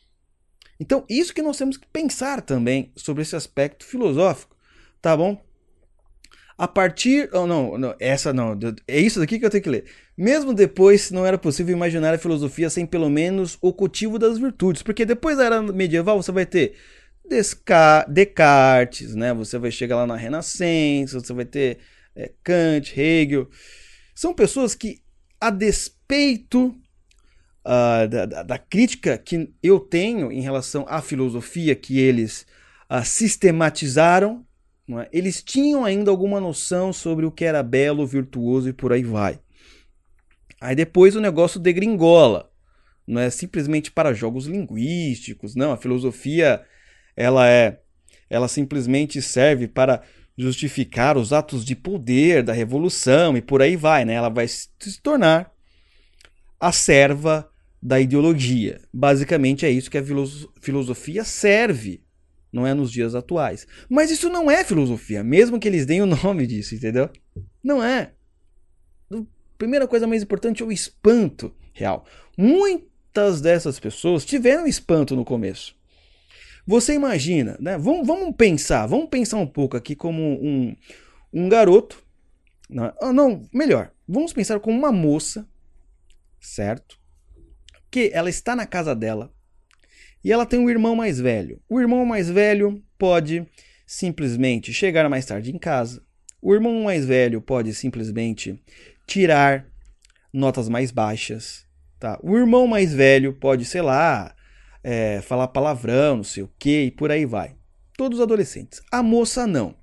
Então, isso que nós temos que pensar também sobre esse aspecto filosófico, tá bom? A partir... Oh, não, não, essa não. É isso daqui que eu tenho que ler. Mesmo depois, não era possível imaginar a filosofia sem pelo menos o cultivo das virtudes. Porque depois da era medieval, você vai ter Desca- Descartes, né? Você vai chegar lá na Renascença, você vai ter é, Kant, Hegel. São pessoas que, a despeito uh, da, da, da crítica que eu tenho em relação à filosofia que eles uh, sistematizaram, não é? Eles tinham ainda alguma noção sobre o que era belo, virtuoso e por aí vai. Aí depois o negócio degringola. Não é simplesmente para jogos linguísticos, não. A filosofia ela é, ela simplesmente serve para justificar os atos de poder da revolução e por aí vai, né? Ela vai se tornar a serva da ideologia. Basicamente é isso que a filosofia serve, não é, nos dias atuais. Mas isso não é filosofia, mesmo que eles deem o nome disso, entendeu? Não é. A primeira coisa mais importante é o espanto real. Muitas dessas pessoas tiveram espanto no começo. Você imagina, né? Vamos, vamos pensar, vamos pensar um pouco aqui como um, um garoto. Não, não, melhor, vamos pensar como uma moça, certo? Que ela está na casa dela e ela tem um irmão mais velho. O irmão mais velho pode simplesmente chegar mais tarde em casa. O irmão mais velho pode simplesmente tirar notas mais baixas. Tá? O irmão mais velho pode, sei lá, é, falar palavrão, não sei o que, e por aí vai. Todos adolescentes. A moça não.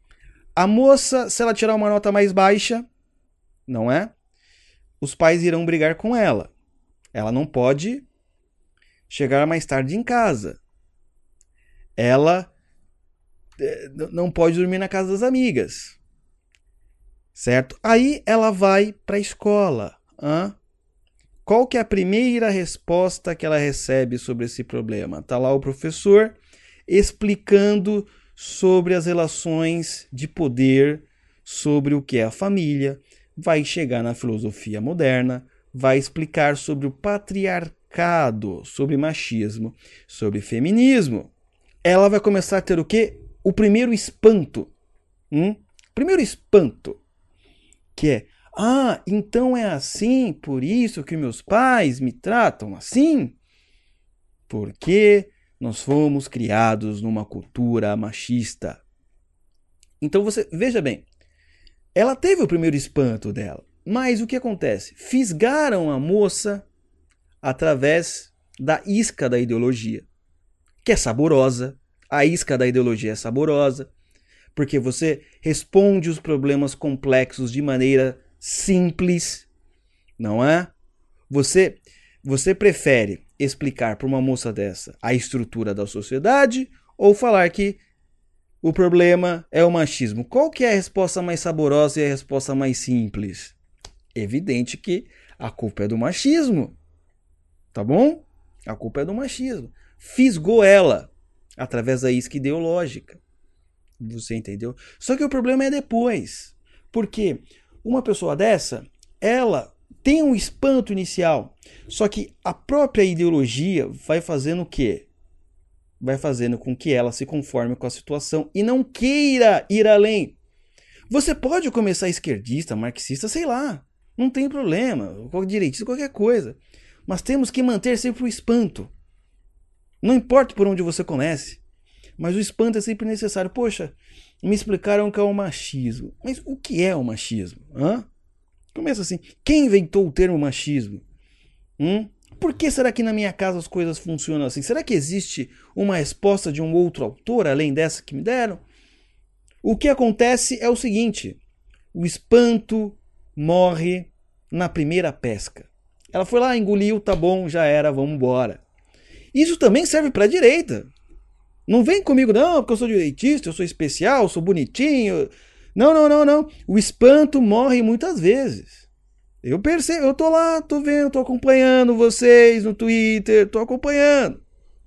A moça, se ela tirar uma nota mais baixa, não é? Os pais irão brigar com ela. Ela não pode chegar mais tarde em casa. Ela não pode dormir na casa das amigas. Certo? Aí ela vai para a escola. Hã? Qual que é a primeira resposta que ela recebe sobre esse problema? Está lá o professor explicando sobre as relações de poder, sobre o que é a família, vai chegar na filosofia moderna, vai explicar sobre o patriarcado, sobre machismo, sobre feminismo. Ela vai começar a ter o quê? O primeiro espanto. Hum? Primeiro espanto. Que é, ah, então é assim, por isso que meus pais me tratam assim? Porque nós fomos criados numa cultura machista. Então você, veja bem, ela teve o primeiro espanto dela. Mas o que acontece? Fisgaram a moça através da isca da ideologia, que é saborosa. A isca da ideologia é saborosa, porque você responde os problemas complexos de maneira simples, não é? Você, você prefere explicar para uma moça dessa a estrutura da sociedade ou falar que o problema é o machismo? Qual que é a resposta mais saborosa e a resposta mais simples? Evidente que a culpa é do machismo, tá bom? A culpa é do machismo. Fisgou ela através da isca ideológica. Você entendeu? Só que o problema é depois. Porque uma pessoa dessa, ela tem um espanto inicial. Só que a própria ideologia vai fazendo o quê? Vai fazendo com que ela se conforme com a situação e não queira ir além. Você pode começar esquerdista, marxista, sei lá. Não tem problema. Direitista, qualquer coisa. Mas temos que manter sempre o espanto. Não importa por onde você comece. Mas o espanto é sempre necessário. Poxa, me explicaram que é o machismo. Mas o que é o machismo? Hã? Começa assim. Quem inventou o termo machismo? Hum? Por que será que na minha casa as coisas funcionam assim? Será que existe uma resposta de um outro autor, além dessa que me deram? O que acontece é o seguinte. O espanto morre na primeira pesca. Ela foi lá, engoliu, tá bom, já era, vamos embora. Isso também serve para a direita. Não vem comigo, não, porque eu sou direitista, eu sou especial, eu sou bonitinho. Não, não, não, não. O espanto morre muitas vezes. Eu percebo, eu tô lá, tô vendo, tô acompanhando vocês no Twitter, tô acompanhando.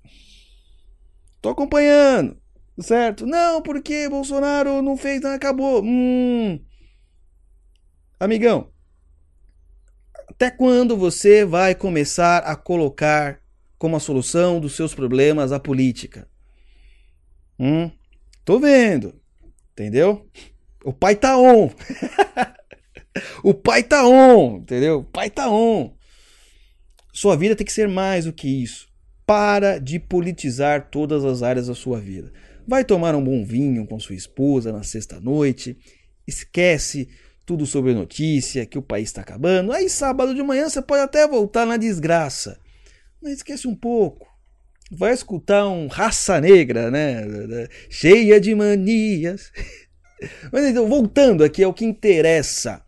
Tô acompanhando, certo? Não, porque Bolsonaro não fez, não acabou. Hum. Amigão, até quando você vai começar a colocar como a solução dos seus problemas a política? Hum, tô vendo, entendeu? O pai tá on. O pai tá on, entendeu? O pai tá on. Sua vida tem que ser mais do que isso. Para de politizar todas as áreas da sua vida. Vai tomar um bom vinho com sua esposa na sexta-noite. Esquece tudo sobre notícia, que o país está acabando. Aí sábado de manhã você pode até voltar na desgraça. Mas esquece um pouco. Vai escutar um Raça Negra, né? Cheia de manias. Mas então, voltando aqui ao que interessa.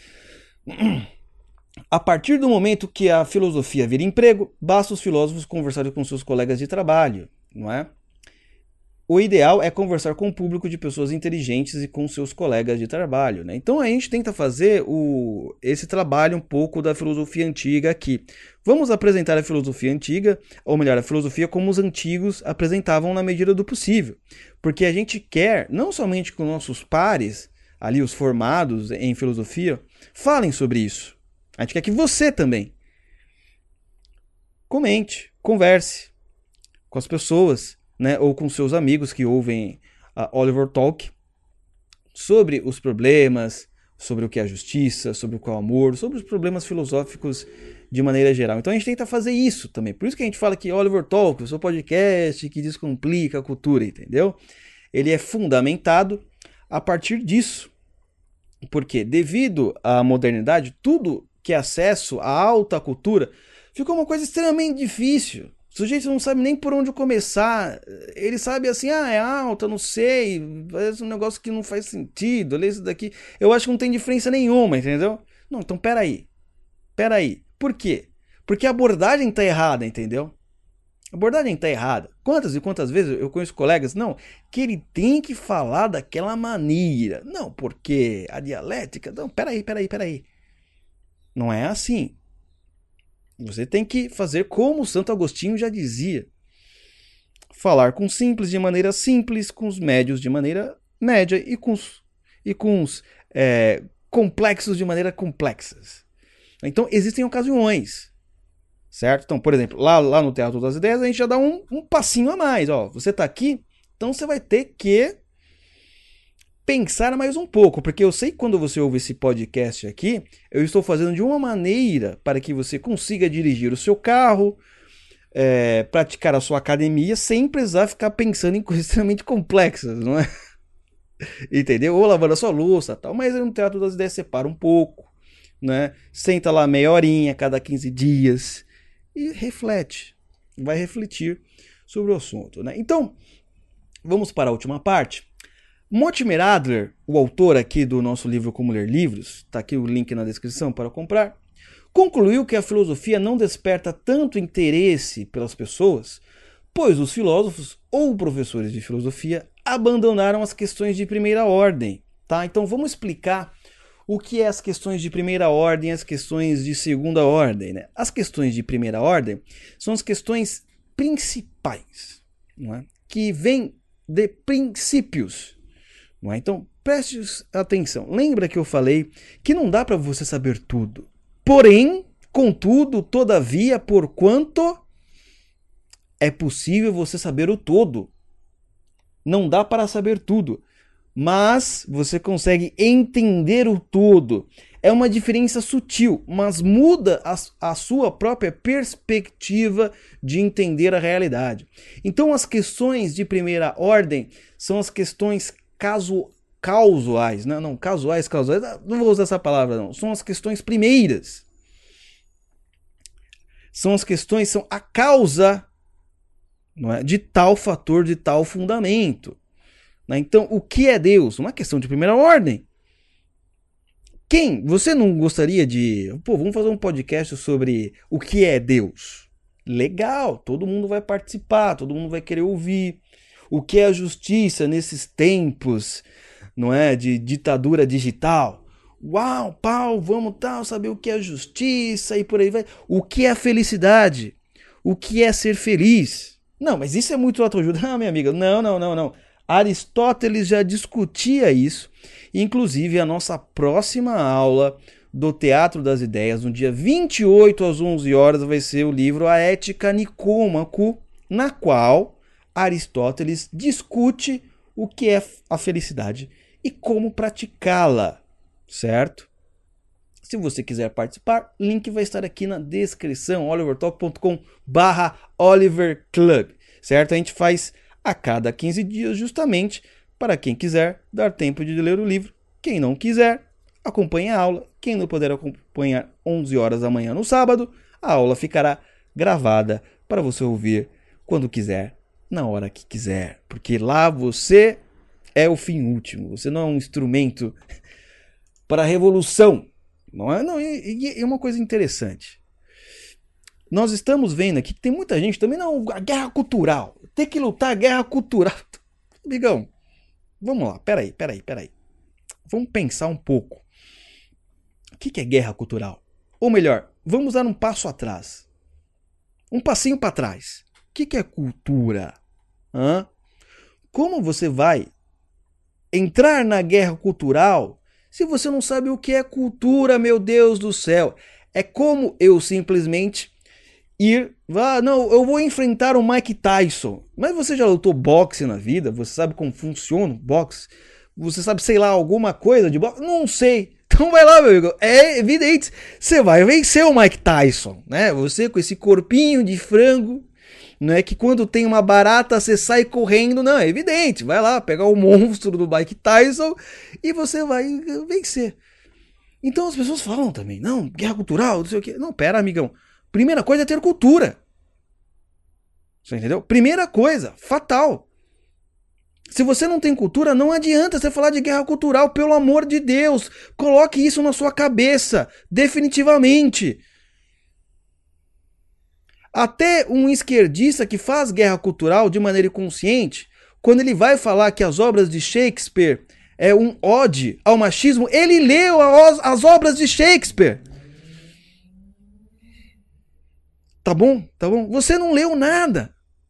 A partir do momento que a filosofia vira emprego, basta os filósofos conversarem com seus colegas de trabalho, não é? O ideal é conversar com o público de pessoas inteligentes e com seus colegas de trabalho, né? Então a gente tenta fazer o, esse trabalho um pouco da filosofia antiga aqui. Vamos apresentar a filosofia antiga, ou melhor, a filosofia como os antigos apresentavam na medida do possível. Porque a gente quer, não somente que nossos pares, ali os formados em filosofia, falem sobre isso. A gente quer que você também comente, converse com as pessoas, né, ou com seus amigos que ouvem a Oliver Talk sobre os problemas, sobre o que é a justiça, sobre o que é o amor, sobre os problemas filosóficos de maneira geral. Então a gente tenta fazer isso também. Por isso que a gente fala que Oliver Talk, o seu podcast que descomplica a cultura, entendeu? Ele é fundamentado a partir disso. Porque devido à modernidade, tudo que é acesso à alta cultura ficou uma coisa extremamente difícil. O sujeito não sabe nem por onde começar. Ele sabe assim, ah, é alta, não sei, é um negócio que não faz sentido, lê isso daqui. Eu acho que não tem diferença nenhuma, entendeu? Não, então peraí, peraí. Por quê? Porque a abordagem tá errada, entendeu? A abordagem tá errada. Quantas e quantas vezes eu conheço colegas, não, que ele tem que falar daquela maneira. Não, porque a dialética, não, peraí, peraí, peraí. Não é assim. Você tem que fazer como Santo Agostinho já dizia. Falar com os simples de maneira simples, com os médios de maneira média e com os, e com os é, complexos de maneira complexas. Então, existem ocasiões, certo? Então, por exemplo, lá, lá no Teatro das Ideias, a gente já dá um, um passinho a mais. Ó, você está aqui, então você vai ter que pensar mais um pouco, porque eu sei que quando você ouve esse podcast aqui, eu estou fazendo de uma maneira para que você consiga dirigir o seu carro, é, praticar a sua academia, sem precisar ficar pensando em coisas extremamente complexas, não é? Entendeu? Ou lavando a sua louça, tal. Mas no Teatro das Ideias você para um pouco, né? Senta lá meia horinha a cada quinze dias e reflete, vai refletir sobre o assunto, né? Então, vamos para a última parte. Mortimer Adler, o autor aqui do nosso livro Como Ler Livros, está aqui o link na descrição para comprar, concluiu que a filosofia não desperta tanto interesse pelas pessoas, pois os filósofos ou professores de filosofia abandonaram as questões de primeira ordem. Tá? Então vamos explicar o que é as questões de primeira ordem e as questões de segunda ordem. Né? As questões de primeira ordem são as questões principais, não é? Que vêm de princípios. Não é? Então, preste atenção. Lembra que eu falei que não dá para você saber tudo. Porém, contudo, todavia, porquanto é possível você saber o todo. Não dá para saber tudo, mas você consegue entender o todo. É uma diferença sutil, mas muda a, a sua própria perspectiva de entender a realidade. Então, as questões de primeira ordem são as questões Caso, casuais, não, não, casuais, casuais, não vou usar essa palavra não, são as questões primeiras, são as questões, são a causa, não é, de tal fator, de tal fundamento, né? Então, o que é Deus? Uma questão de primeira ordem. Quem? Você não gostaria de, pô, vamos fazer um podcast sobre o que é Deus? Legal, todo mundo vai participar, todo mundo vai querer ouvir. o que é a justiça nesses tempos, não é, de ditadura digital. Uau, pau, vamos tal, saber o que é justiça e por aí vai. O que é a felicidade? O que é ser feliz? Não, mas isso é muito autoajuda. Ah, minha amiga, não, não, não, não. Aristóteles já discutia isso. Inclusive, a nossa próxima aula do Teatro das Ideias, no dia vinte e oito às onze horas, vai ser o livro A Ética Nicômaco, na qual Aristóteles discute o que é a felicidade e como praticá-la, certo? Se você quiser participar, link vai estar aqui na descrição, oliver talk ponto com barra oliver club, certo? A gente faz a cada quinze dias, justamente para quem quiser dar tempo de ler o livro. Quem não quiser, acompanhe a aula. Quem não puder acompanhar onze horas da manhã no sábado, a aula ficará gravada para você ouvir quando quiser, na hora que quiser. Porque lá você é o fim último. Você não é um instrumento para a revolução. Não é? Não, e é uma coisa interessante. Nós estamos vendo aqui que tem muita gente também, não, a guerra cultural. Tem que lutar a guerra cultural. Amigão, vamos lá, peraí, peraí, peraí. Vamos pensar um pouco. O que é guerra cultural? Ou melhor, vamos dar um passo atrás. Um passinho para trás. O que é cultura? Hã? Como você vai entrar na guerra cultural se você não sabe o que é cultura, meu Deus do céu? É como eu simplesmente ir... Ah, não, eu vou enfrentar o Mike Tyson. Mas você já lutou boxe na vida? Você sabe como funciona o boxe? Você sabe, sei lá, alguma coisa de boxe? Não sei. Então vai lá, meu amigo. É evidente. Você vai vencer o Mike Tyson, né? Você com esse corpinho de frango, não é que quando tem uma barata você sai correndo. Não, é evidente. Vai lá pegar o monstro do Mike Tyson e você vai vencer. Então as pessoas falam também, não, guerra cultural, não sei o quê. Não, pera, amigão. Primeira coisa é ter cultura. Você entendeu? Primeira coisa, fatal. Se você não tem cultura, não adianta você falar de guerra cultural, pelo amor de Deus. Coloque isso na sua cabeça, definitivamente. Até um esquerdista que faz guerra cultural de maneira inconsciente, quando ele vai falar que as obras de Shakespeare é um ode ao machismo, ele leu as obras de Shakespeare. Tá bom? Tá bom? Você não leu nada.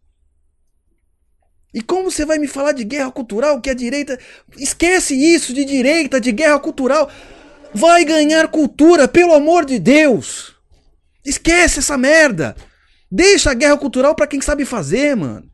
E como você vai me falar de guerra cultural, que a direita... Esquece isso de direita, de guerra cultural. Vai ganhar cultura, pelo amor de Deus. Esquece essa merda. Deixa a guerra cultural pra quem sabe fazer, mano.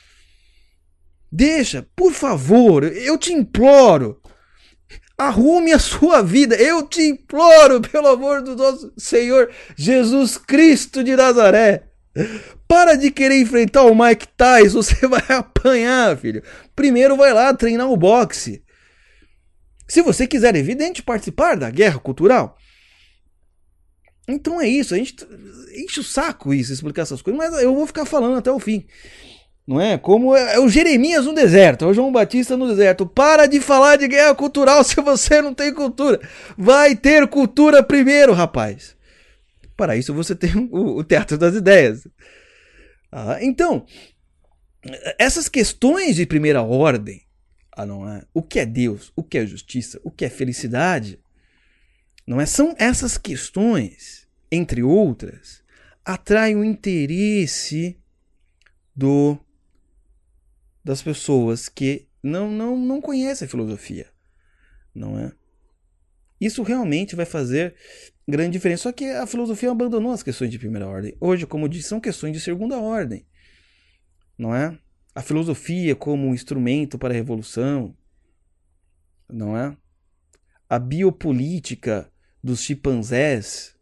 Deixa, por favor, eu te imploro. Arrume a sua vida, eu te imploro, pelo amor do nosso Senhor Jesus Cristo de Nazaré. Para de querer enfrentar o Mike Tyson, você vai apanhar, filho. Primeiro vai lá treinar o boxe. Se você quiser, evidente, participar da guerra cultural. Então é isso, a gente enche o saco isso, explicar essas coisas, mas eu vou ficar falando até o fim. Não é? Como é, é o Jeremias no deserto, é o João Batista no deserto. Para de falar de guerra cultural se você não tem cultura. Vai ter cultura primeiro, rapaz. Para isso você tem o, o Teatro das Ideias. Ah, então, essas questões de primeira ordem, ah, não é? O que é Deus, o que é justiça, o que é felicidade, não é? São essas questões, entre outras, atraem o interesse do, das pessoas que não, não, não conhecem a filosofia, não é? Isso realmente vai fazer grande diferença. Só que a filosofia abandonou as questões de primeira ordem. Hoje, como eu disse, são questões de segunda ordem. Não é? A filosofia como um instrumento para a revolução. Não é? A biopolítica dos chimpanzés.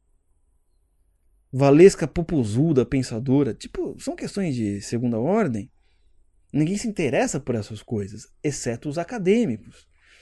Valesca Popozuda, pensadora. Tipo, são questões de segunda ordem. Ninguém se interessa por essas coisas, exceto os acadêmicos.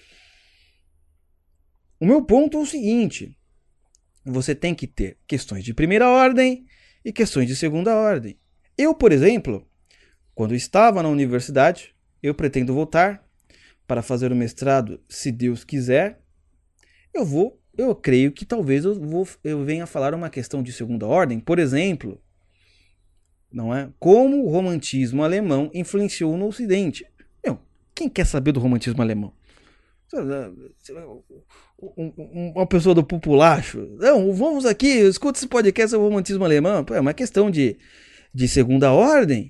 O meu ponto é o seguinte: você tem que ter questões de primeira ordem e questões de segunda ordem. Eu, por exemplo, quando estava na universidade, eu pretendo voltar para fazer o mestrado, se Deus quiser. Eu vou, eu creio que talvez eu, vou, eu venha falar uma questão de segunda ordem. Por exemplo, não é? Como o romantismo alemão influenciou no Ocidente. Meu, quem quer saber do romantismo alemão? Uma pessoa do populacho, não, vamos aqui, escuta esse podcast sobre o romantismo alemão. Pô, é uma questão de, de segunda ordem.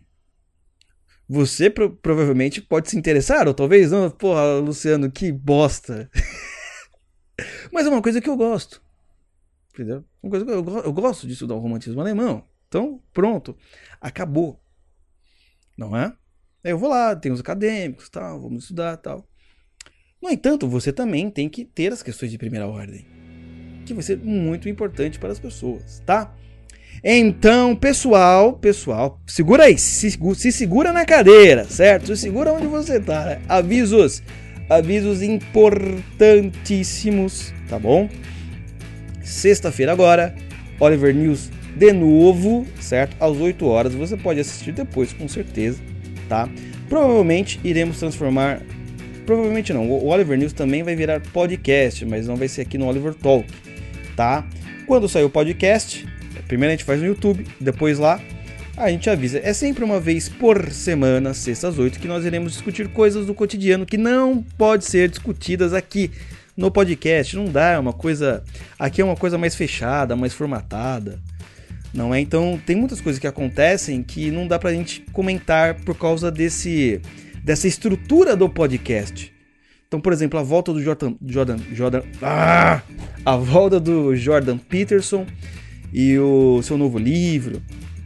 Você pro, provavelmente pode se interessar, ou talvez não. Porra, Luciano, que bosta. Mas é uma coisa que eu gosto. Entendeu? Uma coisa que eu, eu gosto de estudar o romantismo alemão. Então, pronto. Acabou. Não é? Aí eu vou lá, tem os acadêmicos, tal, vamos estudar, tal. No entanto, você também tem que ter as questões de primeira ordem, que vai ser muito importante para as pessoas, tá? Então, pessoal, pessoal, segura aí, se, se segura na cadeira, certo? Se segura onde você tá, né? Avisos, avisos importantíssimos, tá bom? Sexta-feira agora, Oliver News de novo, certo? Às oito horas, você pode assistir depois, com certeza, tá? Provavelmente iremos transformar... Provavelmente não, o Oliver News também vai virar podcast, mas não vai ser aqui no Oliver Talk, tá? Quando sair o podcast, primeiro a gente faz no YouTube, depois lá a gente avisa. É sempre uma vez por semana, sexta às oito, que nós iremos discutir coisas do cotidiano que não pode ser discutidas aqui no podcast. Não dá, é uma coisa... Aqui é uma coisa mais fechada, mais formatada, não é? Então tem muitas coisas que acontecem que não dá pra gente comentar por causa desse... dessa estrutura do podcast. Então, por exemplo, a volta do Jordan... Jordan... Jordan ah! A volta do Jordan Peterson e o seu novo livro.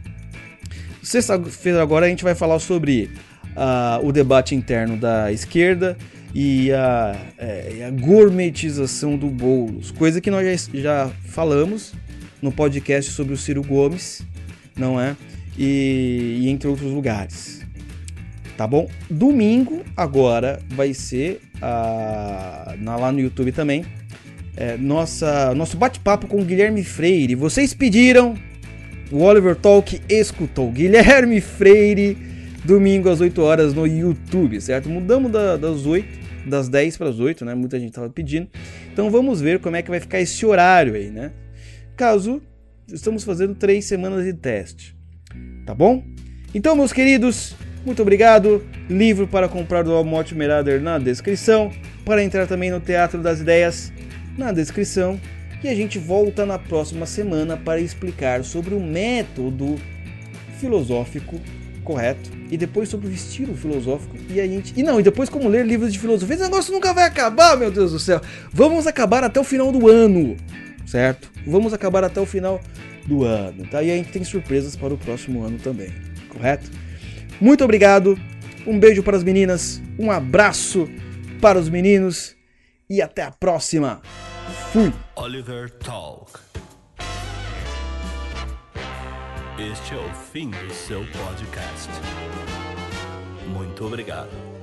Sexta-feira agora a gente vai falar sobre uh, o debate interno da esquerda e a, é, a gourmetização do Boulos. Coisa que nós já, já falamos no podcast sobre o Ciro Gomes, não é? E, e entre outros lugares. Tá bom? Domingo agora vai ser uh, na, lá no YouTube também é, nossa, nosso bate-papo com o Guilherme Freire. Vocês pediram, o Oliver Talk escutou. Guilherme Freire, domingo às oito horas no YouTube, certo? Mudamos da, das oito, das dez para as oito, né? Muita gente tava pedindo. Então vamos ver como é que vai ficar esse horário aí, né? Caso estamos fazendo três semanas de teste, tá bom? Então, meus queridos, muito obrigado. Livro para comprar do Almote Merader na descrição. Para entrar também no Teatro das Ideias na descrição. E a gente volta na próxima semana para explicar sobre o método filosófico correto. E depois sobre o estilo filosófico. E a gente. E não, e depois como ler livros de filosofia. Esse negócio nunca vai acabar, meu Deus do céu. Vamos acabar até o final do ano. Certo? Vamos acabar até o final do ano. Tá? E a gente tem surpresas para o próximo ano também. Correto? Muito obrigado, um beijo para as meninas, um abraço para os meninos e até a próxima. Fui! Oliver Talk. Este é o fim do seu podcast. Muito obrigado.